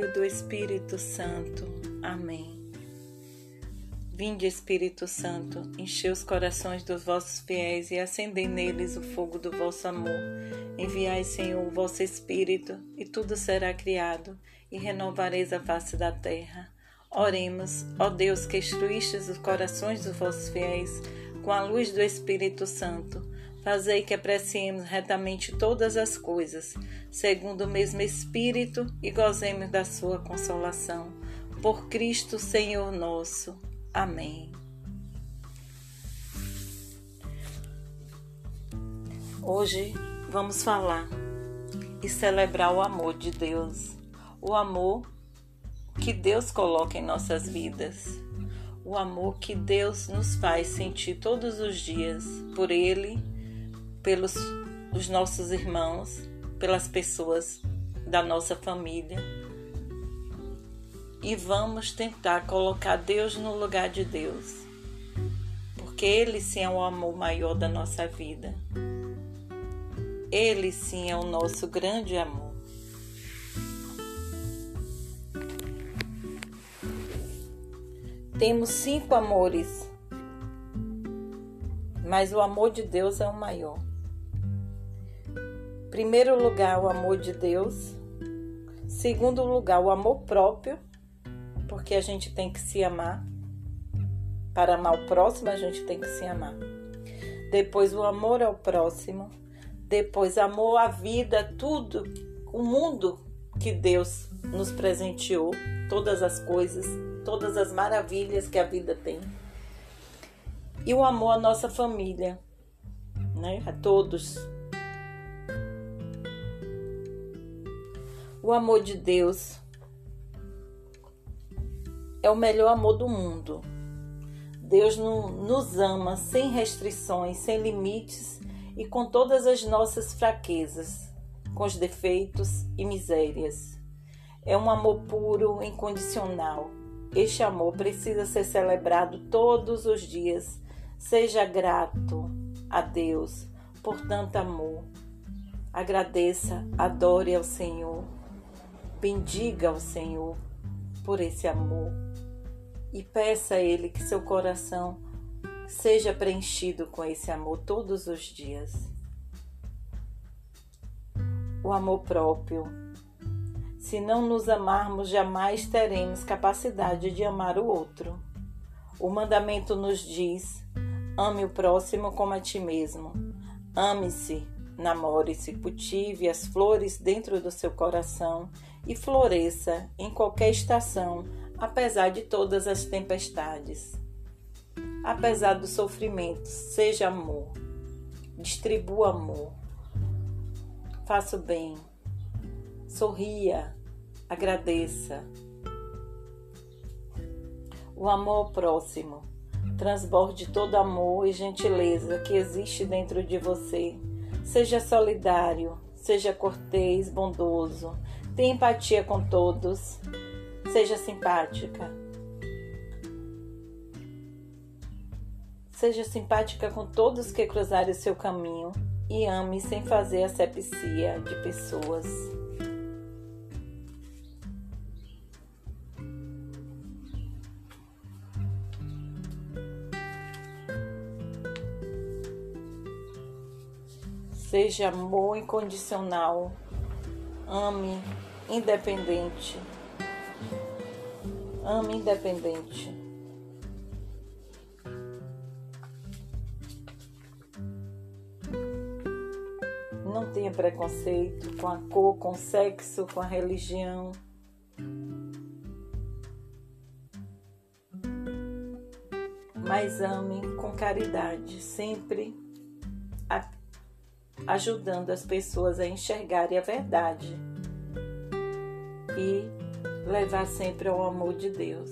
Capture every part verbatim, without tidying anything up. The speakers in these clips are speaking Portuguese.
do Espírito Santo. Amém. Vinde, Espírito Santo, enchei os corações dos vossos fiéis e acendei neles o fogo do vosso amor. Enviai, Senhor, o vosso Espírito, e tudo será criado, e renovareis a face da terra. Oremos, ó Deus, que instruístes os corações dos vossos fiéis com a luz do Espírito Santo. Fazei que apreciemos retamente todas as coisas, segundo o mesmo Espírito, e gozemos da sua consolação. Por Cristo, Senhor nosso. Amém. Hoje vamos falar e celebrar o amor de Deus. O amor que Deus coloca em nossas vidas. O amor que Deus nos faz sentir todos os dias por Ele, pelos os nossos irmãos, pelas pessoas da nossa família. E vamos tentar colocar Deus no lugar de Deus, porque Ele sim é o amor maior da nossa vida. Ele sim é o nosso grande amor. Temos cinco amores, mas o amor de Deus é o maior. Primeiro lugar, o amor de Deus. Segundo lugar, o amor próprio, porque a gente tem que se amar. Para amar o próximo, a gente tem que se amar. Depois, o amor ao próximo. Depois, amor à vida, tudo, o mundo que Deus nos presenteou, todas as coisas, todas as maravilhas que a vida tem. E o amor à nossa família, né? A todos. O amor de Deus é o melhor amor do mundo. Deus nos ama sem restrições, sem limites e com todas as nossas fraquezas, com os defeitos e misérias. É um amor puro, incondicional. Este amor precisa ser celebrado todos os dias. Seja grato a Deus por tanto amor. Agradeça, adore ao Senhor. Bendiga ao Senhor por esse amor e peça a Ele que seu coração seja preenchido com esse amor todos os dias. O amor próprio. Se não nos amarmos, jamais teremos capacidade de amar o outro. O mandamento nos diz: ame o próximo como a ti mesmo. Ame-se, namore-se, cultive as flores dentro do seu coração e floresça em qualquer estação, apesar de todas as tempestades. Apesar do sofrimento, seja amor. Distribua amor. Faça o bem. Sorria. Agradeça. O amor ao próximo. Transborde todo amor e gentileza que existe dentro de você. Seja solidário. Seja cortês, bondoso. Tenha empatia com todos. Seja simpática. Seja simpática com todos que cruzarem o seu caminho e ame sem fazer asepsia de pessoas. Seja amor incondicional. Ame independente. Ame independente. Não tenha preconceito com a cor, com o sexo, com a religião. Mas ame com caridade, sempre ajudando as pessoas a enxergarem a verdade e levar sempre ao amor de Deus.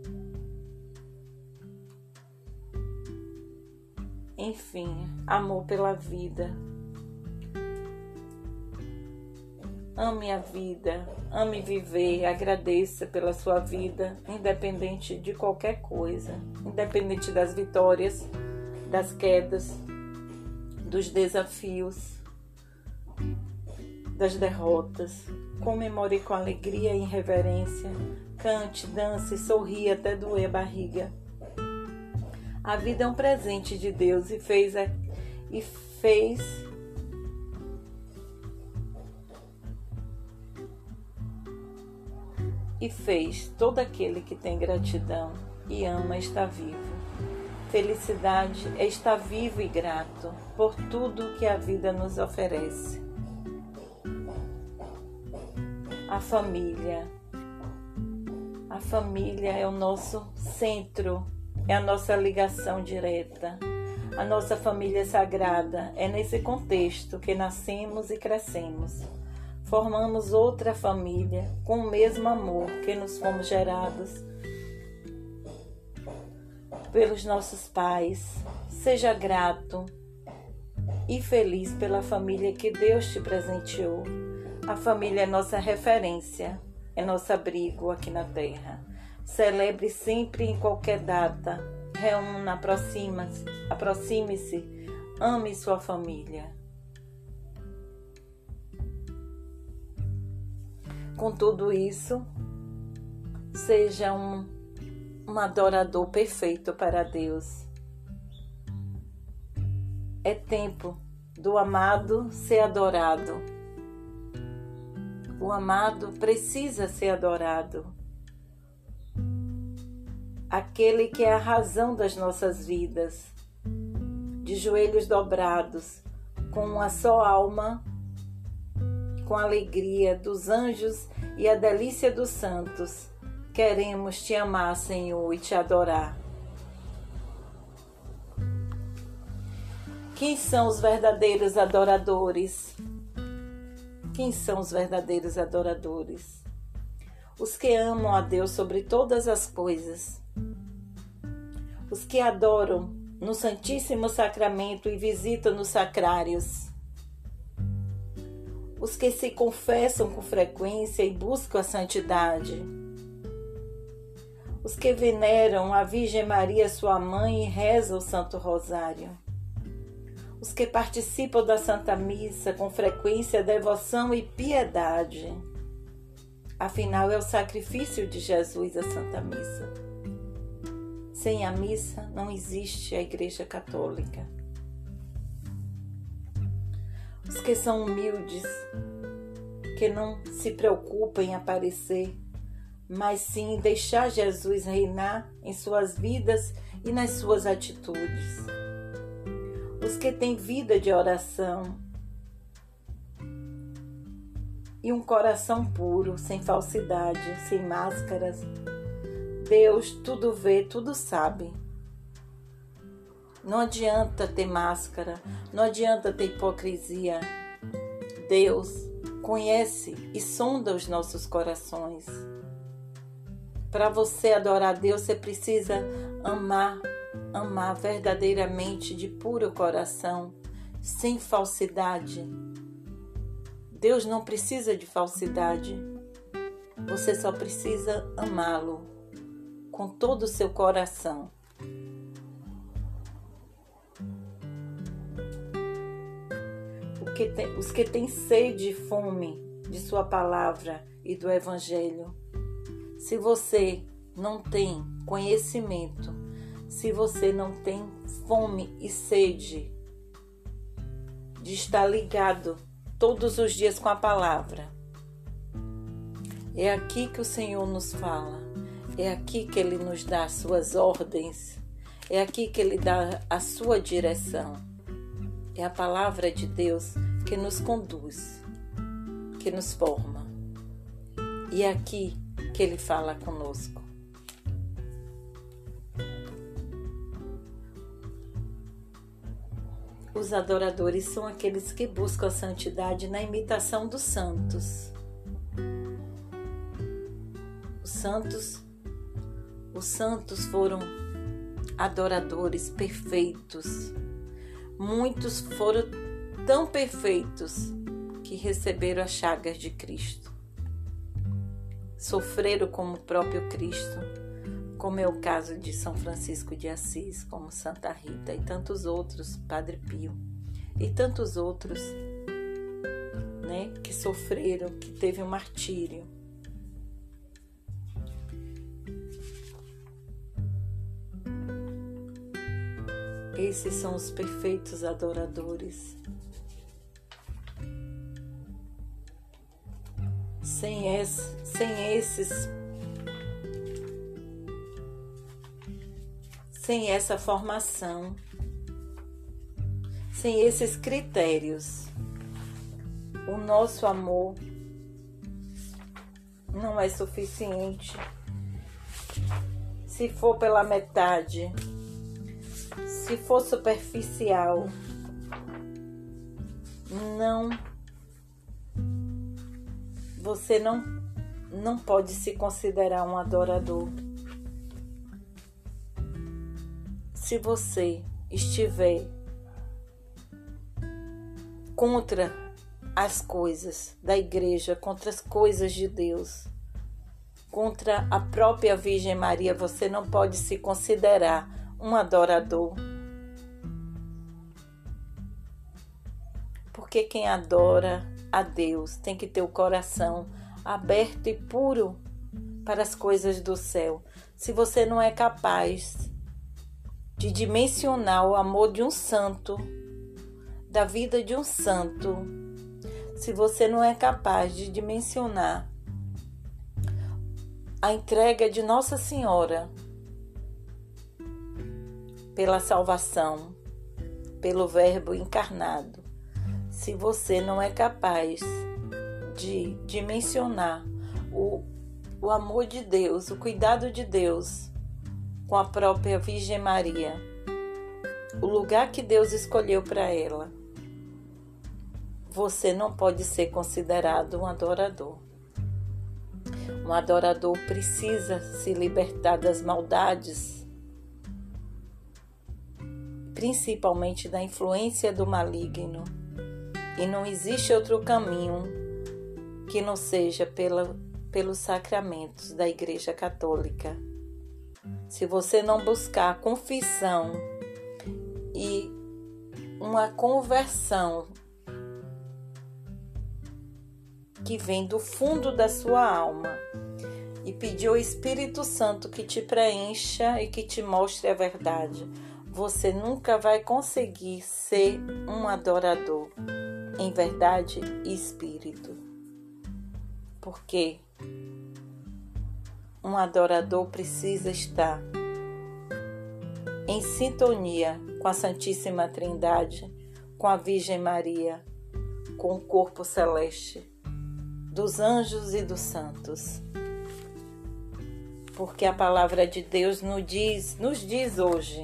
Enfim, amor pela vida. Ame a vida, ame viver, agradeça pela sua vida, independente de qualquer coisa, independente das vitórias, das quedas, dos desafios, das derrotas. comemore com alegria e reverência, cante, dance, sorria até doer a barriga. A vida é um presente de Deus e fez a, e fez e fez todo aquele que tem gratidão e ama estar vivo. Felicidade é estar vivo e grato por tudo que a vida nos oferece. A família. A família é o nosso centro, é a nossa ligação direta. A nossa família sagrada é nesse contexto que nascemos e crescemos. Formamos outra família com o mesmo amor que nos fomos gerados pelos nossos pais. Seja grato e feliz pela família que Deus te presenteou. A família é nossa referência, é nosso abrigo aqui na terra. Celebre sempre em qualquer data. Reúna, aproxima-se, aproxime-se, ame sua família. Com tudo isso, seja um, um adorador perfeito para Deus. É tempo do amado ser adorado. O amado precisa ser adorado. Aquele que é a razão das nossas vidas, de joelhos dobrados, com uma só alma, com a alegria dos anjos e a delícia dos santos, queremos te amar, Senhor, e te adorar. Quem são os verdadeiros adoradores? Quem são os verdadeiros adoradores? Os que amam a Deus sobre todas as coisas. Os que adoram no Santíssimo Sacramento e visitam nos sacrários. Os que se confessam com frequência e buscam a santidade. Os que veneram a Virgem Maria, sua mãe, e rezam o Santo Rosário. Os que participam da Santa Missa com frequência, devoção e piedade. Afinal, é o sacrifício de Jesus a Santa Missa. Sem a missa não existe a Igreja Católica. Os que são humildes, que não se preocupam em aparecer, mas sim em deixar Jesus reinar em suas vidas e nas suas atitudes. Os que têm vida de oração e um coração puro, sem falsidade, sem máscaras. Deus tudo vê, tudo sabe. Não adianta ter máscara, não adianta ter hipocrisia. Deus conhece e sonda os nossos corações. Para você adorar a Deus, você precisa amar, amar verdadeiramente de puro coração, sem falsidade. Deus não precisa de falsidade. Você só precisa amá-lo com todo o seu coração. O que tem, os que têm sede e fome de sua palavra e do Evangelho. Se você não tem conhecimento, se você não tem fome e sede de estar ligado todos os dias com a palavra, é aqui que o Senhor nos fala, é aqui que Ele nos dá as suas ordens, é aqui que Ele dá a sua direção. É a palavra de Deus que nos conduz, que nos forma. E é aqui que Ele fala conosco. Os adoradores são aqueles que buscam a santidade na imitação dos santos. Os santos, os santos foram adoradores perfeitos. Muitos foram tão perfeitos que receberam as chagas de Cristo. Sofreram como o próprio Cristo, como é o caso de São Francisco de Assis, como Santa Rita e tantos outros, Padre Pio e tantos outros, né, que sofreram, que teve um martírio. Esses são os perfeitos adoradores. Sem, esse, sem esses, sem essa formação, sem esses critérios, o nosso amor não é suficiente. Se for pela metade, se for superficial, não, você não, não pode se considerar um adorador. Se você estiver contra as coisas da igreja, contra as coisas de Deus, contra a própria Virgem Maria, você não pode se considerar um adorador. Porque quem adora a Deus tem que ter o coração aberto e puro para as coisas do céu. Se você não é capaz de dimensionar o amor de um santo, da vida de um santo, se você não é capaz de dimensionar a entrega de Nossa Senhora pela salvação, pelo Verbo encarnado, se você não é capaz de dimensionar o, o amor de Deus, o cuidado de Deus com a própria Virgem Maria, o lugar que Deus escolheu para ela, você não pode ser considerado um adorador. Um adorador precisa se libertar das maldades, principalmente da influência do maligno. E não existe outro caminho que não seja pela, pelos sacramentos da Igreja Católica. Se você não buscar confissão e uma conversão que vem do fundo da sua alma e pedir ao Espírito Santo que te preencha e que te mostre a verdade, você nunca vai conseguir ser um adorador em verdade e espírito. Porque um adorador precisa estar em sintonia com a Santíssima Trindade, com a Virgem Maria, com o corpo celeste dos anjos e dos santos. Porque a palavra de Deus nos diz, nos diz hoje: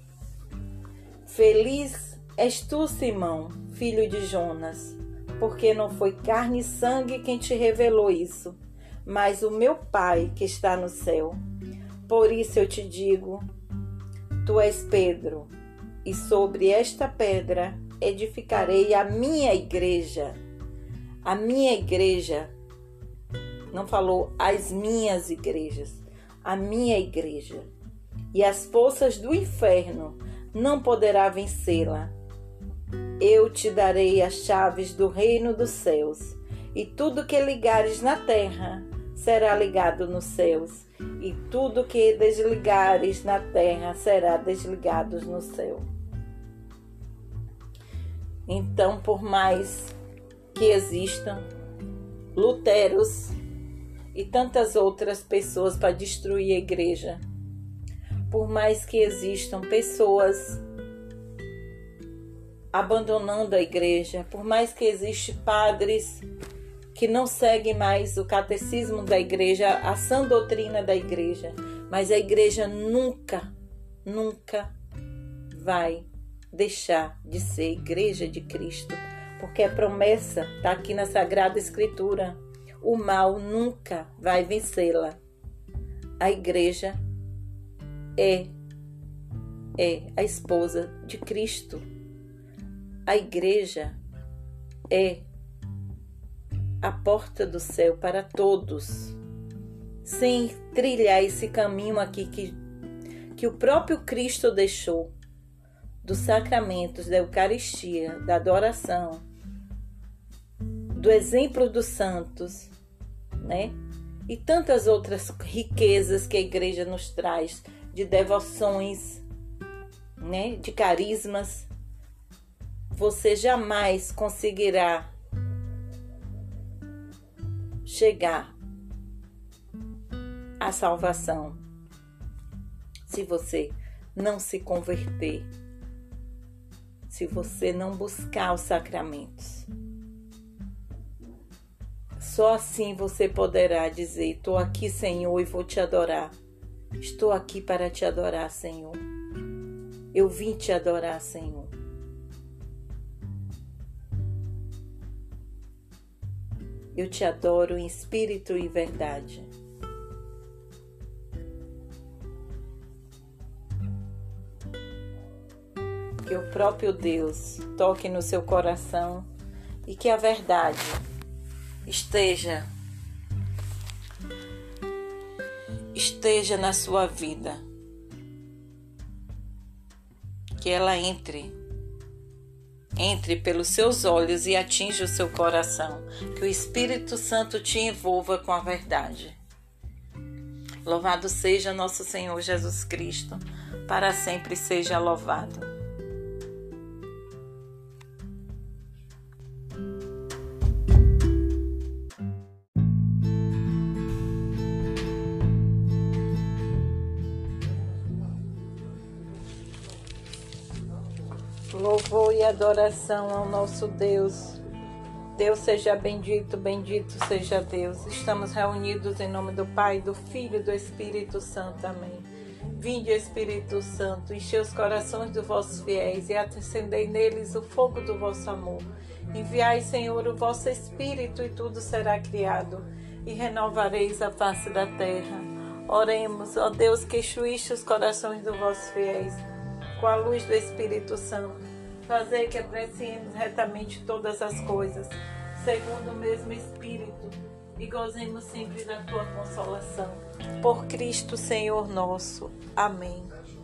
feliz és tu, Simão, filho de Jonas, porque não foi carne e sangue quem te revelou isso, mas o meu Pai que está no céu. Por isso eu te digo, tu és Pedro, e sobre esta pedra edificarei a minha igreja. A minha igreja, não falou as minhas igrejas, a minha igreja. E as forças do inferno não poderá vencê-la. Eu te darei as chaves do reino dos céus, e tudo que ligares na terra será ligado nos céus, e tudo que desligares na terra será desligado no céu. Então, por mais que existam Luteros e tantas outras pessoas para destruir a igreja, por mais que existam pessoas abandonando a igreja, por mais que existam padres que não seguem mais o catecismo da igreja, a sã doutrina da igreja, mas a igreja nunca, nunca vai deixar de ser igreja de Cristo, porque a promessa está aqui na Sagrada Escritura: o mal nunca vai vencê-la. A igreja é, é a esposa de Cristo. A igreja é a porta do céu para todos. Sem trilhar esse caminho aqui que, que o próprio Cristo deixou, dos sacramentos, da Eucaristia, da adoração, do exemplo dos santos, né? E tantas outras riquezas que a igreja nos traz, de devoções, né? De carismas, você jamais conseguirá chegar à salvação se você não se converter, se você não buscar os sacramentos. Só assim você poderá dizer: estou aqui, Senhor, e vou te adorar. Estou aqui para te adorar, Senhor. Eu vim te adorar, Senhor. Eu te adoro em espírito e verdade. Que o próprio Deus toque no seu coração e que a verdade esteja esteja na sua vida. Que ela entre entre pelos seus olhos e atinja o seu coração. Que o Espírito Santo te envolva com a verdade. Louvado seja nosso Senhor Jesus Cristo, para sempre seja louvado. Louvor e adoração ao nosso Deus. Deus seja bendito, bendito seja Deus. Estamos reunidos em nome do Pai, do Filho e do Espírito Santo. Amém. Vinde, Espírito Santo, enchei os corações dos vossos fiéis e acendei neles o fogo do vosso amor. Enviai, Senhor, o vosso Espírito e tudo será criado e renovareis a face da terra. Oremos, ó Deus, que enchuíste os corações dos vossos fiéis com a luz do Espírito Santo. Fazer que apreciemos retamente todas as coisas, segundo o mesmo Espírito, e gozemos sempre da tua consolação. Por Cristo, Senhor nosso. Amém.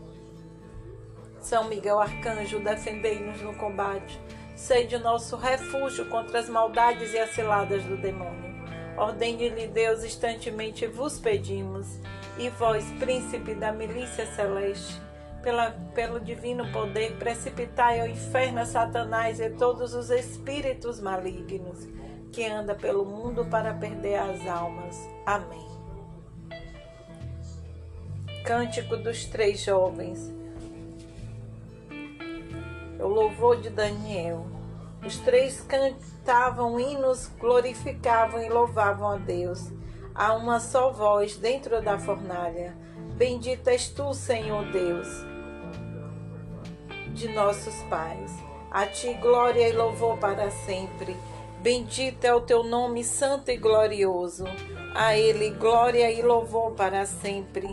São Miguel Arcanjo, defendei-nos no combate. Sede o nosso refúgio contra as maldades e as ciladas do demônio. Ordene-lhe Deus, instantemente vos pedimos. E vós, príncipe da milícia celeste, Pela, pelo divino poder, precipitai ao inferno Satanás e todos os espíritos malignos que andam pelo mundo para perder as almas. Amém. Cântico dos Três Jovens. O louvor de Daniel. Os três cantavam hinos, glorificavam e louvavam a Deus. Há uma só voz dentro da fornalha. Bendito és tu, Senhor Deus de nossos pais. A ti glória e louvor para sempre. Bendito é o teu nome santo e glorioso. A ele glória e louvor para sempre.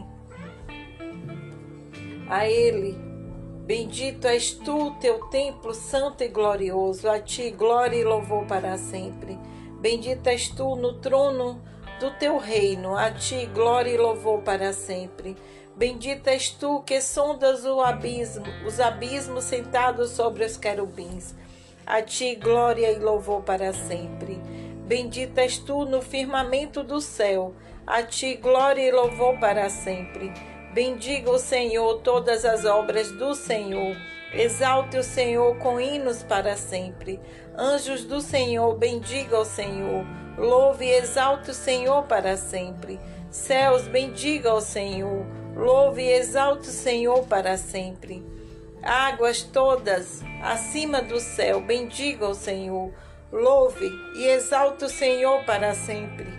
A ele, bendito és tu, teu templo santo e glorioso. A ti glória e louvor para sempre. Bendito és tu no trono do teu reino. A ti glória e louvor para sempre. Bendito és tu que sondas o abismo, os abismos sentados sobre os querubins. A ti glória e louvor para sempre. Bendito és tu no firmamento do céu. A ti glória e louvor para sempre. Bendiga o Senhor todas as obras do Senhor. Exalte o Senhor com hinos para sempre. Anjos do Senhor, bendiga o Senhor. Louve e exalte o Senhor para sempre. Céus, bendiga o Senhor. Louve e exalte o Senhor para sempre. Águas todas acima do céu, bendiga o Senhor. Louve e exalte o Senhor para sempre.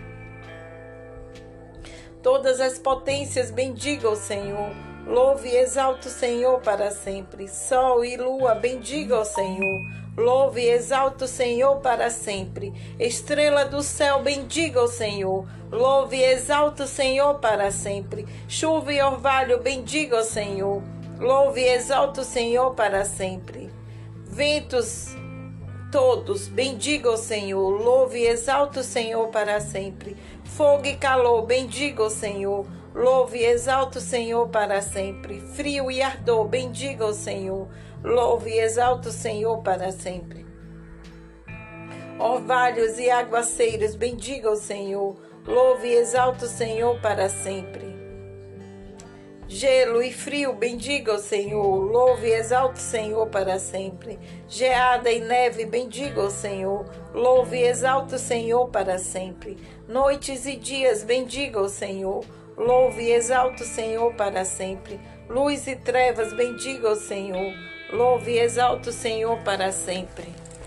Todas as potências, bendiga o Senhor. Louve e exalte o Senhor para sempre. Sol e lua, bendiga o Senhor. Louve e exalte o Senhor para sempre. Estrela do céu, bendiga o Senhor. Louve e exalte o Senhor para sempre. Chuva e orvalho, bendiga o Senhor. Louve e exalte o Senhor para sempre. Ventos todos, bendiga o Senhor. Louve e exalte o Senhor para sempre. Fogo e calor, bendiga o Senhor. Louve e exalte o Senhor para sempre. Frio e ardor, bendiga o Senhor. Louve e exalte o Senhor para sempre. Orvalhos e aguaceiros, bendiga o Senhor. Louve e exalte o Senhor para sempre. Gelo e frio, bendiga o Senhor. Louve e exalte o Senhor para sempre. Geada e neve, bendiga o Senhor. Louve e exalte o Senhor para sempre. Noites e dias, bendiga o Senhor. Louve e exalte o Senhor para sempre. Luz e trevas, bendiga o Senhor. Louve e exalte o Senhor para sempre.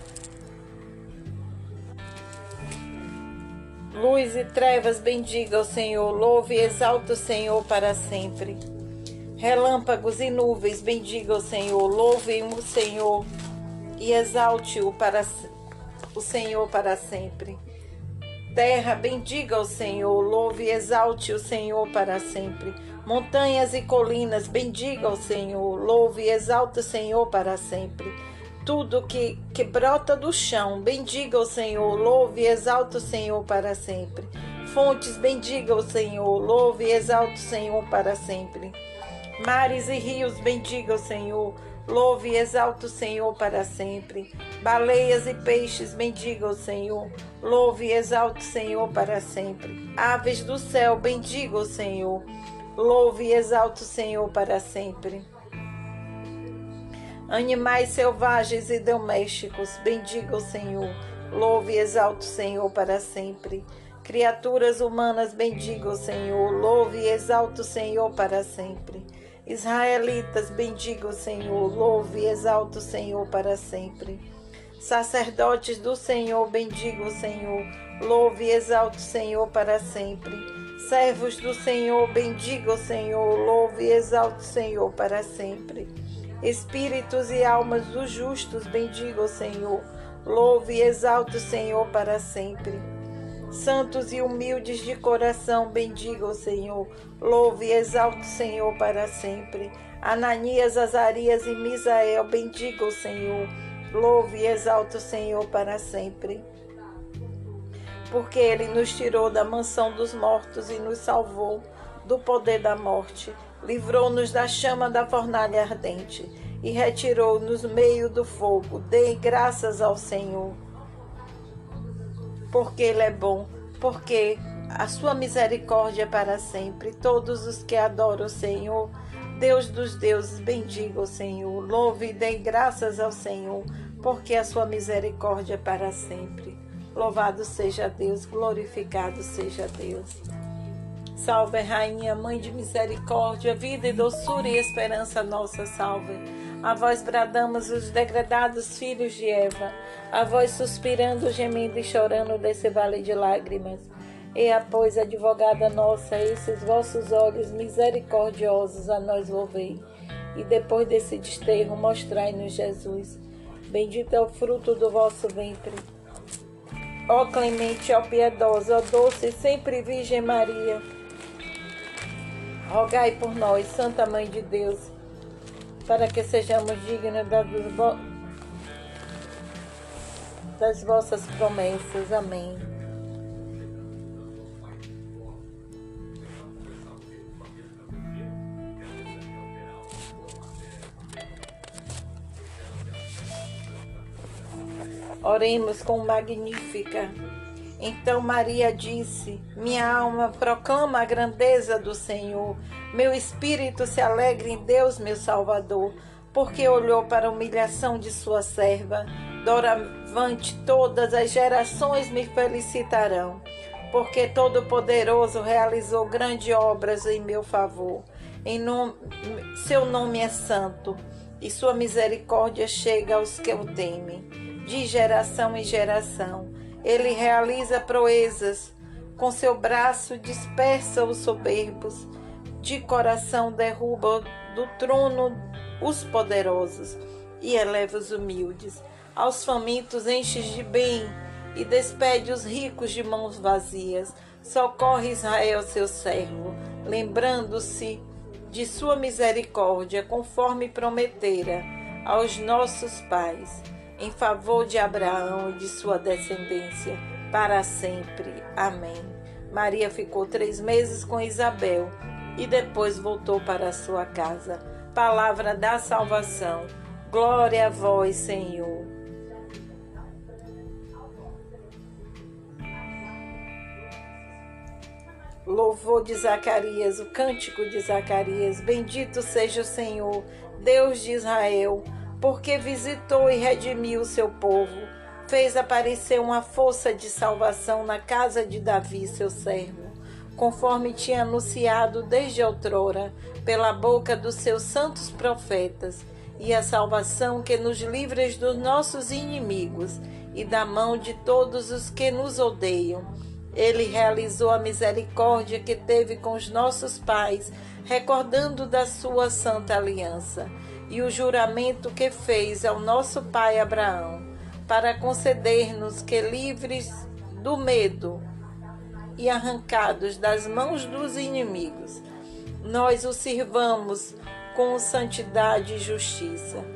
Luz e trevas, bendiga o Senhor. Louve e exalte o Senhor para sempre. Relâmpagos e nuvens, bendiga o Senhor. Louve o Senhor e exalte-o para o Senhor para sempre. Terra, bendiga o Senhor. Louve e exalte o Senhor para sempre. Montanhas e colinas, bendiga o Senhor. Louve e exalte o Senhor para sempre. Tudo que, que brota do chão, bendiga o Senhor. Louve e exalte o Senhor para sempre. Fontes, bendiga o Senhor. Louve e exalte o Senhor para sempre. Mares e rios, bendiga o Senhor. Louve e exalte o Senhor para sempre. Baleias e peixes, bendiga o Senhor. Louve e exalte o Senhor para sempre. Aves do céu, bendiga o Senhor. Louve e exalte o Senhor para sempre. Animais selvagens e domésticos, bendiga o Senhor. Louve e exalte o Senhor para sempre. Criaturas humanas, bendiga o Senhor. Louve e exalte o Senhor para sempre. Israelitas, bendiga o Senhor. Louve e exalte o Senhor para sempre. Sacerdotes do Senhor, bendiga o Senhor. Louve e exalte o Senhor para sempre. Servos do Senhor, bendiga o Senhor. Louve e exalte o Senhor para sempre. Espíritos e almas dos justos, bendiga o Senhor. Louve e exalte o Senhor para sempre. Santos e humildes de coração, bendiga o Senhor. Louve e exalte o Senhor para sempre. Ananias, Azarias e Misael, bendiga o Senhor. Louve e exalte o Senhor para sempre. Porque Ele nos tirou da mansão dos mortos e nos salvou do poder da morte. Livrou-nos da chama da fornalha ardente e retirou-nos no meio do fogo. Dê graças ao Senhor. Porque Ele é bom, porque a sua misericórdia é para sempre. Todos os que adoram o Senhor, Deus dos deuses, bendiga o Senhor. Louve e dê graças ao Senhor, porque a sua misericórdia é para sempre. Louvado seja Deus, glorificado seja Deus. Salve, Rainha, Mãe de misericórdia, vida e doçura e esperança nossa, salve. A vós bradamos os degradados filhos de Eva, a vós suspirando, gemendo e chorando desse vale de lágrimas. Eia, pois, advogada nossa, esses vossos olhos misericordiosos a nós volvei, e depois desse desterro mostrai-nos Jesus. Bendito é o fruto do vosso ventre. Ó clemente, ó piedosa, ó doce e sempre Virgem Maria, rogai por nós, Santa Mãe de Deus, para que sejamos dignos das, vo... das vossas promessas. Amém. Oremos com Magnífica. Então Maria disse: minha alma proclama a grandeza do Senhor. Meu espírito se alegra em Deus, meu Salvador, porque olhou para a humilhação de sua serva. Doravante todas as gerações me felicitarão, porque Todo-Poderoso realizou grandes obras em meu favor. Em nome, seu nome é santo, e sua misericórdia chega aos que o temem, de geração em geração. Ele realiza proezas, com seu braço dispersa os soberbos, de coração derruba do trono os poderosos e eleva os humildes. Aos famintos enches de bem e despede os ricos de mãos vazias. Socorre Israel, seu servo, lembrando-se de sua misericórdia, conforme prometera aos nossos pais, em favor de Abraão e de sua descendência, para sempre. Amém. Maria ficou três meses com Isabel e depois voltou para a sua casa. Palavra da salvação. Glória a vós, Senhor. louvor de Zacarias, o cântico de Zacarias. Bendito seja o Senhor, Deus de Israel, porque visitou e redimiu o seu povo, fez aparecer uma força de salvação na casa de Davi, seu servo, conforme tinha anunciado desde outrora, pela boca dos seus santos profetas, e a salvação que nos livra dos nossos inimigos e da mão de todos os que nos odeiam. Ele realizou a misericórdia que teve com os nossos pais, recordando da sua santa aliança, e o juramento que fez ao nosso pai Abraão, para conceder-nos que, livres do medo e arrancados das mãos dos inimigos, nós o sirvamos com santidade e justiça,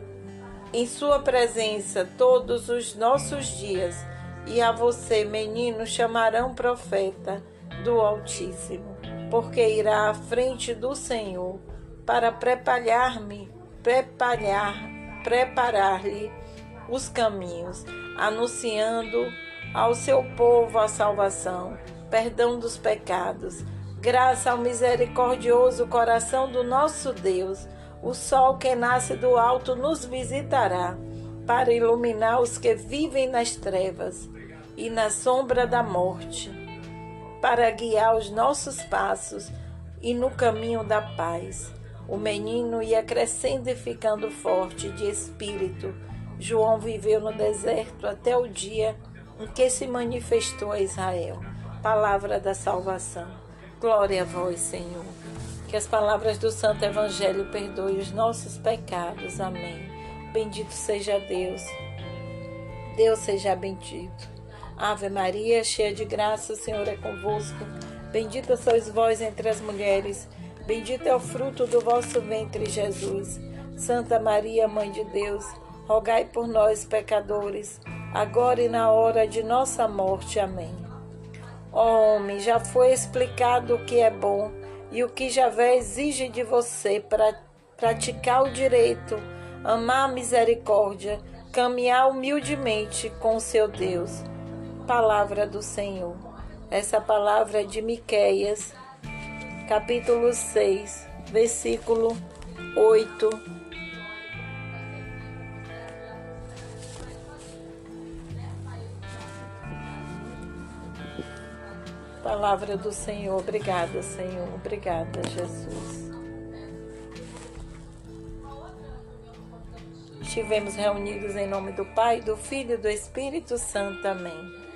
em sua presença todos os nossos dias. E a você, menino, chamarão profeta do Altíssimo, porque irá à frente do Senhor para preparar-me, preparar, preparar-lhe os caminhos, anunciando ao seu povo a salvação, perdão dos pecados, graça ao misericordioso coração do nosso Deus. O sol que nasce do alto nos visitará, para iluminar os que vivem nas trevas e na sombra da morte, para guiar os nossos passos e no caminho da paz. O menino ia crescendo e ficando forte de espírito. João viveu no deserto até o dia em que se manifestou a Israel. Palavra da salvação. Glória a vós, Senhor. Que as palavras do Santo Evangelho perdoem os nossos pecados. Amém. Bendito seja Deus. Deus seja bendito. Ave Maria, cheia de graça, o Senhor é convosco. Bendita sois vós entre as mulheres. Bendito é o fruto do vosso ventre, Jesus. Santa Maria, Mãe de Deus, rogai por nós, pecadores, agora e na hora de nossa morte. Amém. Ó homem, já foi explicado o que é bom e o que Javé exige de você para praticar o direito, amar a misericórdia, caminhar humildemente com o seu Deus. Palavra do Senhor. Essa palavra é de Miqueias, capítulo seis, versículo oito. Palavra do Senhor. Obrigada, Senhor. Obrigada, Jesus. Estivemos reunidos em nome do Pai, do Filho e do Espírito Santo. Amém.